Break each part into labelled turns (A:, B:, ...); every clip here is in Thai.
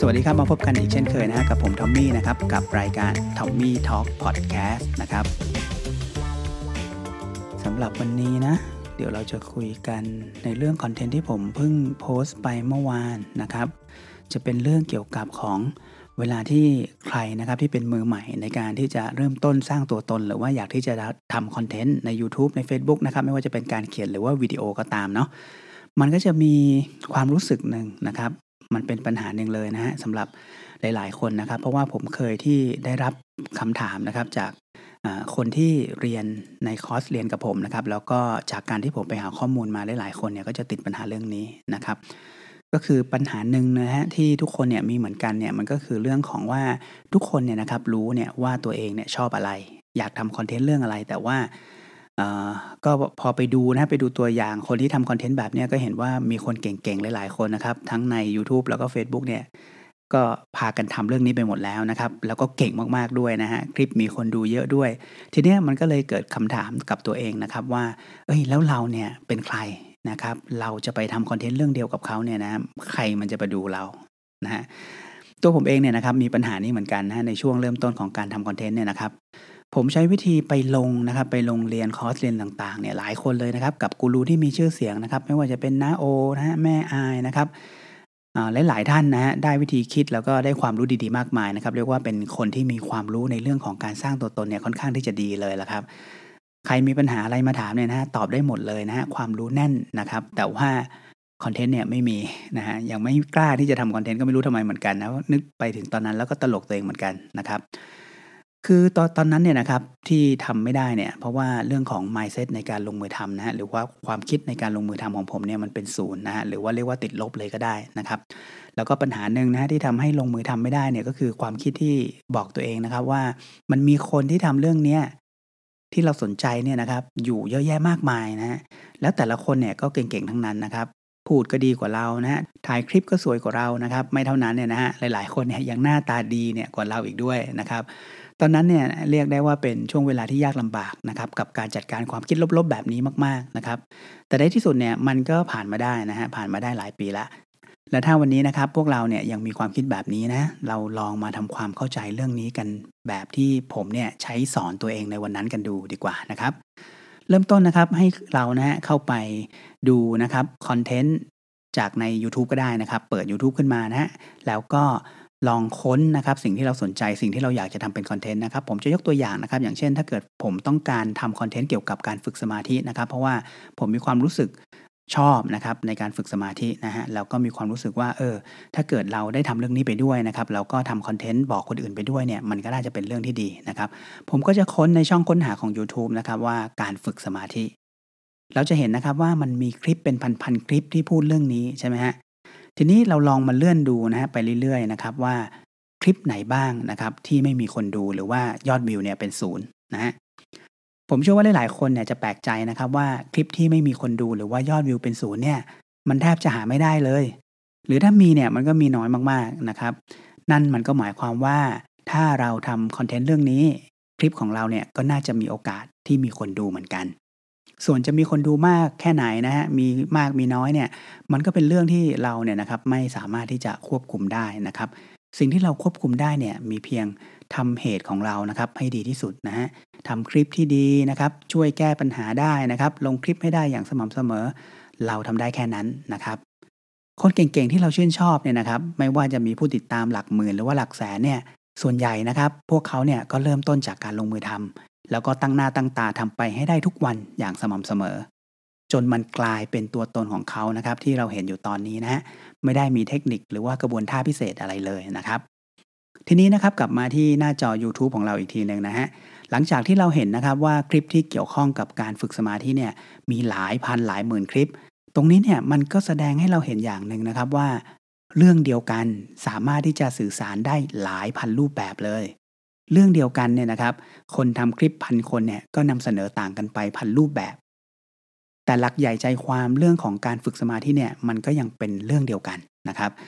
A: สวัสดีครับมาพบกันอีกเช่นเคยนะฮะกับผมทอมมี่นะครับกับรายการ Tommy Talk Podcast นะครับสำหรับวันนี้นะเดี๋ยวเราจะคุยกันในเรื่องคอนเทนต์ที่ผมเพิ่งโพสต์ไปเมื่อวานนะครับจะเป็นเรื่องเกี่ยวกับของเวลาที่ใครนะครับที่เป็นมือใหม่ในการที่จะเริ่มต้นสร้างตัวตนหรือว่าอยากที่จะทำคอนเทนต์ใน YouTube ใน Facebook นะครับไม่ว่าจะเป็นการเขียนหรือว่าวิดีโอก็ตามเนาะมันก็จะมีความรู้สึกหนึ่งนะครับมันเป็นปัญหาหนึ่งเลยนะฮะสำหรับหลายๆคนนะครับเพราะว่าผมเคยที่ได้รับคำถามนะครับจากคนที่เรียนในคอร์สเรียนกับผมนะครับแล้วก็จากการที่ผมไปหาข้อมูลมาหลายๆคนเนี่ยก็จะติดปัญหาเรื่องนี้นะครับก็คือปัญหาหนึ่งนะฮะที่ทุกคนเนี่ยมีเหมือนกันเนี่ยมันก็คือเรื่องของว่าทุกคนเนี่ยนะครับรู้เนี่ยว่าตัวเองเนี่ยชอบอะไรอยากทำคอนเทนต์เรื่องอะไรแต่ว่าก็พอไปดูนะไปดูตัวอย่างคนที่ทำคอนเทนต์แบบเนี้ยก็เห็นว่ามีคนเก่งๆหลายๆคนนะครับทั้งในยูทูบแล้วก็เฟซบุ๊กเนี่ยก็พากันทำเรื่องนี้ไปหมดแล้วนะครับแล้วก็เก่งมากๆด้วยนะฮะคลิปมีคนดูเยอะด้วยทีเนี้ยมันก็เลยเกิดคำถามกับตัวเองนะครับว่าแล้วเราเนี่ยเป็นใครนะครับเราจะไปทำคอนเทนต์เรื่องเดียวกับเขาเนี่ยนะใครมันจะมาดูเรานะฮะตัวผมเองเนี่ยนะครับมีปัญหานี้เหมือนกันนะในช่วงเริ่มต้นของการทำคอนเทนต์เนี่ยนะครับผมใช้วิธีไปลงนะครับไปลงเรียนคอร์สเรียนต่างๆเนี่ยหลายคนเลยนะครับกับกูรูที่มีชื่อเสียงนะครับไม่ว่าจะเป็นน้าโอนะฮะแม่อายนะครับหลายๆท่านนะฮะได้วิธีคิดแล้วก็ได้ความรู้ดีๆมากมายนะครับเรียกว่าเป็นคนที่มีความรู้ในเรื่องของการสร้างตัวตนเนี่ยค่อนข้างที่จะดีเลยละครับใครมีปัญหาอะไรมาถามเนี่ยนะฮะตอบได้หมดเลยนะฮะความรู้แน่นนะครับแต่ว่าคอนเทนต์เนี่ยไม่มีนะฮะยังไม่กล้าที่จะทำคอนเทนต์ก็ไม่รู้ทำไมเหมือนกันนะนึกไปถึงตอนนั้นแล้วก็ตลกตัวเองเหมือนกันนะครับคือตอนนั้นเนี่ยนะครับที่ทำไม่ได้เนี่ยเพราะว่าเรื่องของ mindset ในการลงมือทำนะฮะหรือว่าความคิดในการลงมือทำของผมเนี่ยมันเป็นศูนย์นะฮะหรือว่าเรียกว่าติดลบเลยก็ได้นะครับแล้วก็ปัญหาหนึ่งนะฮะที่ทำให้ลงมือทำไม่ได้เนี่ยก็คือความคิดที่บอกตัวเองนะครับว่ามันมีคนที่ทำเรื่องเนี้ยที่เราสนใจเนี่ยนะครับอยู่เยอะแยะมากมายนะฮะแล้วแต่ละคนเนี่ยก็เก่งๆทั้งนั้นนะครับพูดก็ดีกว่าเรานะฮะถ่ายคลิปก็สวยกว่าเรานะครับไม่เท่านั้นเนี่ยนะฮะหลายๆคนเนี่ยยังหน้าตาดีเนี่ยกว่าเราอีกด้วยนะครับตอนนั้นเนี่ยเรียกได้ว่าเป็นช่วงเวลาที่ยากลำบากนะครับกับการจัดการความคิดลบๆแบบนี้มากๆนะครับแต่ในที่สุดเนี่ยมันก็ผ่านมาได้นะฮะผ่านมาได้หลายปีแล้วแล้วถ้าวันนี้นะครับพวกเราเนี่ยยังมีความคิดแบบนี้นะเราลองมาทำความเข้าใจเรื่องนี้กันแบบที่ผมเนี่ยใช้สอนตัวเองในวันนั้นกันดูดีกว่านะครับเริ่มต้นนะครับให้เรานะฮะเข้าไปดูนะครับคอนเทนต์จากในยูทูบก็ได้นะครับเปิดยูทูบขึ้นมานะฮะแล้วก็ลองค้นนะครับสิ่งที่เราสนใจสิ่งที่เราอยากจะทำเป็นคอนเทนต์นะครับผมจะยกตัวอย่างนะครับอย่างเช่นถ้าเกิดผมต้องการทำคอนเทนต์เกี่ยวกับการฝึกสมาธินะครับเพราะว่าผมมีความรู้สึกชอบนะครับในการฝึกสมาธินะฮะแล้วก็มีความรู้สึกว่าถ้าเกิดเราได้ทำเรื่องนี้ไปด้วยนะครับแล้วก็ทำคอนเทนต์บอกคนอื่นไปด้วยเนี่ยมันก็น่าจะเป็นเรื่องที่ดีนะครับผมก็จะค้นในช่องค้นหาของยูทูบนะครับว่าการฝึกสมาธิเราจะเห็นนะครับว่ามันมีคลิปเป็นพันๆคลิปที่พูดเรื่องนี้ใช่ไหมฮะทีนี้เราลองมาเลื่อนดูนะฮะไปเรื่อยๆนะครับว่าคลิปไหนบ้างนะครับที่ไม่มีคนดูหรือว่ายอดวิวเนี่ยเป็นศูนย์นะฮะผมเชื่อว่าหลายๆคนเนี่ยจะแปลกใจนะครับว่าคลิปที่ไม่มีคนดูหรือว่ายอดวิวเป็นศูนย์เนี่ยมันแทบจะหาไม่ได้เลยหรือถ้ามีเนี่ยมันก็มีน้อยมากๆนะครับนั่นมันก็หมายความว่าถ้าเราทำคอนเทนต์เรื่องนี้คลิปของเราเนี่ยก็น่าจะมีโอกาสที่มีคนดูเหมือนกันส่วนจะมีคนดูมากแค่ไหนนะฮะมีมากมีน้อยเนี่ยมันก็เป็นเรื่องที่เราเนี่ยนะครับไม่สามารถที่จะควบคุมได้นะครับสิ่งที่เราควบคุมได้เนี่ยมีเพียงทำเหตุของเรานะครับให้ดีที่สุดนะฮะทำคลิปที่ดีนะครับช่วยแก้ปัญหาได้นะครับลงคลิปให้ได้อย่างสม่ำเสมอเราทำได้แค่นั้นนะครับคนเก่งๆที่เราชื่นชอบเนี่ยนะครับไม่ว่าจะมีผู้ติดตามหลักหมื่นหรือว่าหลักแสนเนี่ยส่วนใหญ่นะครับพวกเขาเนี่ยก็เริ่มต้นจากการลงมือทำแล้วก็ตั้งหน้าตั้งตาทำไปให้ได้ทุกวันอย่างสม่ำเสมอจนมันกลายเป็นตัวตนของเขานะครับที่เราเห็นอยู่ตอนนี้นะฮะไม่ได้มีเทคนิคหรือว่ากระบวนท่าพิเศษอะไรเลยนะครับทีนี้นะครับกลับมาที่หน้าจอยูทูบของเราอีกทีหนึ่งนะฮะหลังจากที่เราเห็นนะครับว่าคลิปที่เกี่ยวข้องกับการฝึกสมาธิเนี่ยมีหลายพันหลายหมื่นคลิปตรงนี้เนี่ยมันก็แสดงให้เราเห็นอย่างหนึ่งนะครับว่าเรื่องเดียวกันสามารถที่จะสื่อสารได้หลายพันรูปแบบเลยเรื่องเดียวกันเนี่ยนะครับคนทำคลิปพันคนเนี่ยก็นำเสนอต่างกันไปพันรูปแบบแต่หลักใหญ่ใจความเรื่องของการฝึกสมาธิเนี่ยมันก็ยังเป็นเรื่องเดียวกันนะครับ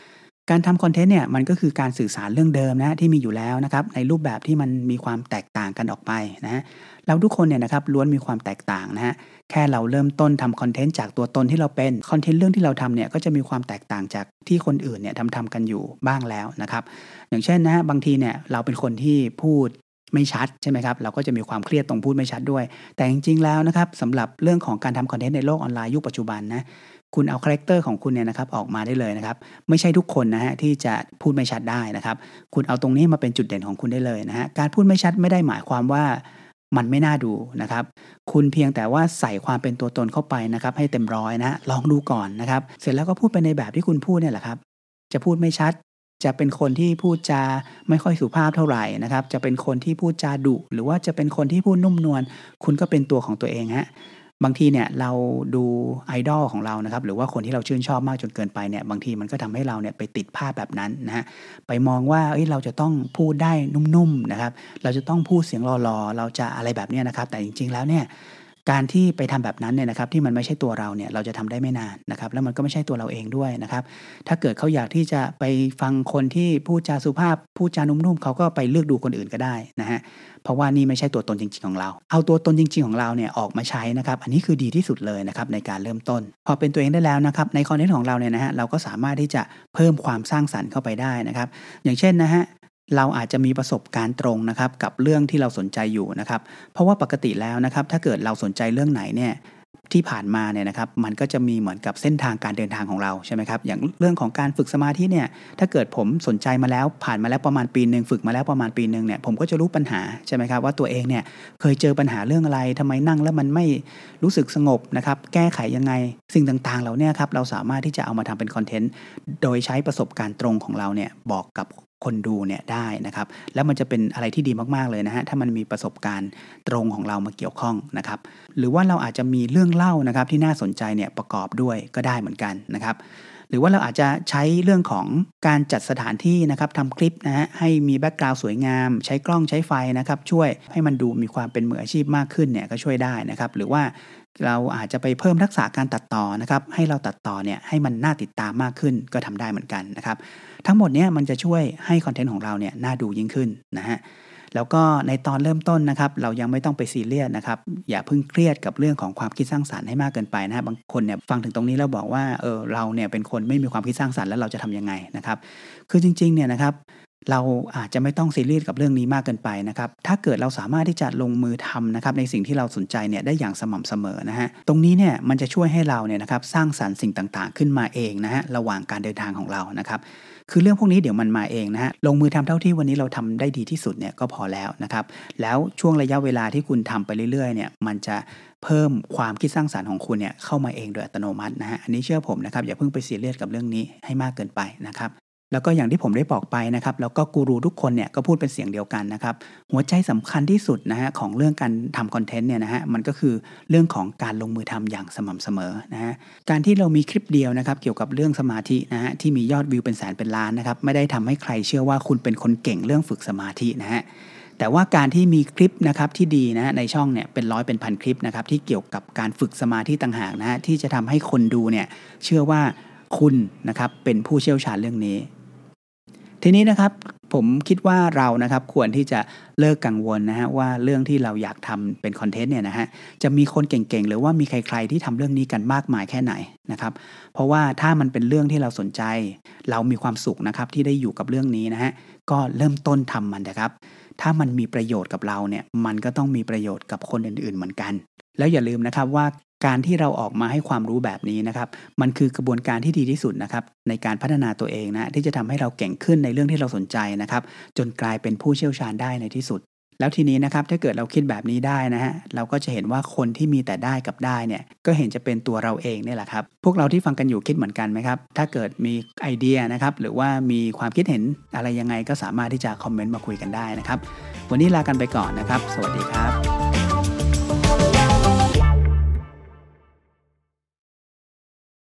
A: การทำคอนเทนต์เนี่ยมันก็คือการสื่อสารเรื่องเดิมนะที่มีอยู่แล้วนะครับในรูปแบบที่มันมีความแตกต่างกันออกไปนะฮะเราทุกคนเนี่ยนะครับล้วนมีความแตกต่างนะฮะแค่เราเริ่มต้นทำคอนเทนต์จากตัวตนที่เราเป็นคอนเทนต์เรื่องที่เราทำเนี่ยก็จะมีความแตกต่างจากที่คนอื่นเนี่ยทำกันอยู่บ้างแล้วนะครับอย่างเช่นนะบางทีเนี่ยเราเป็นคนที่พูดไม่ชัดใช่ไหมครับเราก็จะมีความเครียดตรงพูดไม่ชัดด้วยแต่จริงๆแล้วนะครับสำหรับเรื่องของการทำคอนเทนต์ในโลกออนไลน์ยุคปัจจุบันนะคุณเอาคาแรคเตอร์ของคุณเนี่ยนะครับออกมาได้เลยนะครับไม่ใช่ทุกคนนะฮะที่จะพูดไม่ชัดได้นะครับคุณเอาตรงนี้มาเป็นจุดเด่นของคุณได้เลยนะฮะการพูดไม่ชัดไม่ได้หมายความว่ามันไม่น่าดูนะครับคุณเพียงแต่ว่าใส่ความเป็นตัวตนเข้าไปนะครับให้เต็มร้อยนะลองดูก่อนนะครับเสร็จแล้วก็พูดไปในแบบที่คุณพูดเนี่ยแหละครับจะพูดไม่ชัดจะเป็นคนที่พูดจาไม่ค่อยสุภาพเท่าไหร่นะครับจะเป็นคนที่พูดจาดุหรือว่าจะเป็นคนที่พูดนุ่มนวลคุณก็เป็นตัวของตัวเองฮะบางทีเนี่ยเราดูไอดอลของเรานะครับหรือว่าคนที่เราชื่นชอบมากจนเกินไปเนี่ยบางทีมันก็ทำให้เราเนี่ยไปติดภาพแบบนั้นนะฮะไปมองว่าเราจะต้องพูดได้นุ่มๆนะครับเราจะต้องพูดเสียงหล่อๆเราจะอะไรแบบเนี้ยนะครับแต่จริงๆแล้วเนี่ยการที่ไปทำแบบนั้นเนี่ยนะครับที่มันไม่ใช่ตัวเราเนี่ยเราจะทำได้ไม่นานนะครับแล้วมันก็ไม่ใช่ตัวเราเองด้วยนะครับถ้าเกิดเขาอยากที่จะไปฟังคนที่พูดจาสุภาพพูดจานุ่มๆเขาก็ไปเลือกดูคนอื่นก็ได้นะฮะเพราะว่านี่ไม่ใช่ตัวตนจริงๆของเราเอาตัวตนจริงๆของเราเนี่ยออกมาใช้นะครับอันนี้คือดีที่สุดเลยนะครับในการเริ่มต้นพอเป็นตัวเองได้แล้วนะครับในคอนเทนต์ของเราเนี่ยนะฮะเราก็สามารถที่จะเพิ่มความสร้างสรรค์เข้าไปได้นะครับอย่างเช่นนะฮะเราอาจจะมีประสบการณ์ตรงนะครับกับเรื่องที่เราสนใจอยู่นะครับเพราะว่าปกติแล้วนะครับถ้าเกิดเราสนใจเรื่องไหนเนี่ยที่ผ่านมาเนี่ยนะครับมันก็จะมีเหมือนกับเส้นทางการเดินทางของเราใช่ไหมครับอย่างเรื่องของการฝึกสมาธิเนี่ยถ้าเกิดผมสนใจมาแล้วผ่านมาแล้วประมาณปีนึงฝึกมาแล้วประมาณปีนึงเนี่ยผมก็จะรู้ปัญหาใช่ไหมครับว่าตัวเองเนี่ยเคยเจอปัญหาเรื่องอะไรทำไมนั่งแล้วมันไม่รู้สึกสงบนะครับแก้ไขยังไงสิ่งต่างๆเหล่านี้ครับเราสามารถที่จะเอามาทำเป็นคอนเทนต์โดยใช้ประสบการณ์ตรงของเราเนี่ยบอกกับคนดูเนี่ยได้นะครับแล้วมันจะเป็นอะไรที่ดีมากๆเลยนะฮะถ้ามันมีประสบการณ์ตรงของเรามาเกี่ยวข้องนะครับหรือว่าเราอาจจะมีเรื่องเล่านะครับที่น่าสนใจเนี่ยประกอบด้วยก็ได้เหมือนกันนะครับหรือว่าเราอาจจะใช้เรื่องของการจัดสถานที่นะครับทำคลิปนะฮะให้มีแบ็กกราวด์สวยงามใช้กล้องใช้ไฟนะครับช่วยให้มันดูมีความเป็นมืออาชีพมากขึ้นเนี่ยก็ช่วยได้นะครับหรือว่าเราอาจจะไปเพิ่มทักษะการตัดต่อนะครับให้เราตัดต่อเนี่ยให้มันน่าติดตามมากขึ้นก็ทำได้เหมือนกันนะครับทั้งหมดเนี้ยมันจะช่วยให้คอนเทนต์ของเราเนี่ยน่าดูยิ่งขึ้นนะฮะแล้วก็ในตอนเริ่มต้นนะครับเรายังไม่ต้องไปซีเรียสนะครับอย่าเพิ่งเครียดกับเรื่องของความคิดสร้างสรรค์ให้มากเกินไปนะฮะบางคนเนี่ยฟังถึงตรงนี้แล้วบอกว่าเราเนี่ยเป็นคนไม่มีความคิดสร้างสรรค์แล้วเราจะทำยังไงนะครับคือจริงๆเนี่ยนะครับเราอาจจะไม่ต้องซีเรียสกับเรื่องนี้มากเกินไปนะครับถ้าเกิดเราสามารถที่จะลงมือทำนะครับในสิ่งที่เราสนใจเนี่ยได้อย่างสม่ำเสมอนะฮะตรงนี้เนี่ยมันจะช่วยให้เราเนี่ยนะครับสร้างสรรค์สิ่งต่างๆขึ้นมาเองนะฮะระหว่างการเดินทางของเรานะครับคือเรื่องพวกนี้เดี๋ยวมันมาเองนะฮะลงมือทำเท่าที่วันนี้เราทำได้ดีที่สุดเนี่ยก็พอแล้วนะครับแล้วช่วงระยะเวลาที่คุณทำไปเรื่อยๆเนี่ยมันจะเพิ่มความคิดสร้างสรรค์ของคุณเนี่ยเข้ามาเองโดยอัตโนมัตินะฮะอันนี้เชื่อผมนะครับอย่าเพิ่งไปซีเรียสกับเรื่องนี้ให้มากเกินไปนะครับแล้วก็อย่างที่ผมได้บอกไปนะครับแล้วก็กูรูทุกคนเนี่ยก็พูดเป็นเสียงเดียวกันนะครับหัวใจสำคัญที่สุดนะฮะของเรื่องการทำคอนเทนต์เนี่ยนะฮะมันก็คือเรื่องของการลงมือทำอย่างสม่ำเสมอนะฮะการที่เรามีคลิปเดียวนะครับเกี่ยวกับเรื่องสมาธินะฮะที่มียอดวิวเป็นแสนเป็นล้านนะครับไม่ได้ทำให้ใครเชื่อว่าคุณเป็นคนเก่งเรื่องฝึกสมาธินะฮะแต่ว่าการที่มีคลิปนะครับที่ดีนะในช่องเนี่ยเป็นร้อยเป็นพันคลิปนะครับที่เกี่ยวกับการฝึกสมาธิต่างหากนะฮะที่จะทำให้คนดูเนี่ยเชื่อว่าคุณนะครับเป็นผู้เชี่ยวชาญเรื่องนี้ทีนี้นะครับผมคิดว่าเรานะครับควรที่จะเลิกกังวลนะฮะว่าเรื่องที่เราอยากทำเป็นคอนเทนต์เนี่ยนะฮะจะมีคนเก่งๆหรือว่ามีใครๆที่ทำเรื่องนี้กันมากมายแค่ไหนนะครับเพราะว่าถ้ามันเป็นเรื่องที่เราสนใจเรามีความสุขนะครับที่ได้อยู่กับเรื่องนี้นะฮะก็เริ่มต้นทำมันนะครับถ้ามันมีประโยชน์กับเราเนี่ยมันก็ต้องมีประโยชน์กับคนอื่นๆเหมือนกันแล้วอย่าลืมนะครับว่าการที่เราออกมาให้ความรู้แบบนี้นะครับมันคือกระบวนการที่ดีที่สุดนะครับในการพัฒนาตัวเองนะที่จะทำให้เราเก่งขึ้นในเรื่องที่เราสนใจนะครับจนกลายเป็นผู้เชี่ยวชาญได้ในที่สุดแล้วทีนี้นะครับถ้าเกิดเราคิดแบบนี้ได้นะฮะเราก็จะเห็นว่าคนที่มีแต่ได้กับได้เนี่ยก็เห็นจะเป็นตัวเราเองนี่แหละครับพวกเราที่ฟังกันอยู่คิดเหมือนกันไหมครับถ้าเกิดมีไอเดียนะครับหรือว่ามีความคิดเห็นอะไรยังไงก็สามารถที่จะคอมเมนต์มาคุยกันได้นะครับวันนี้ลากันไปก่อนนะครับสวัสดีครับ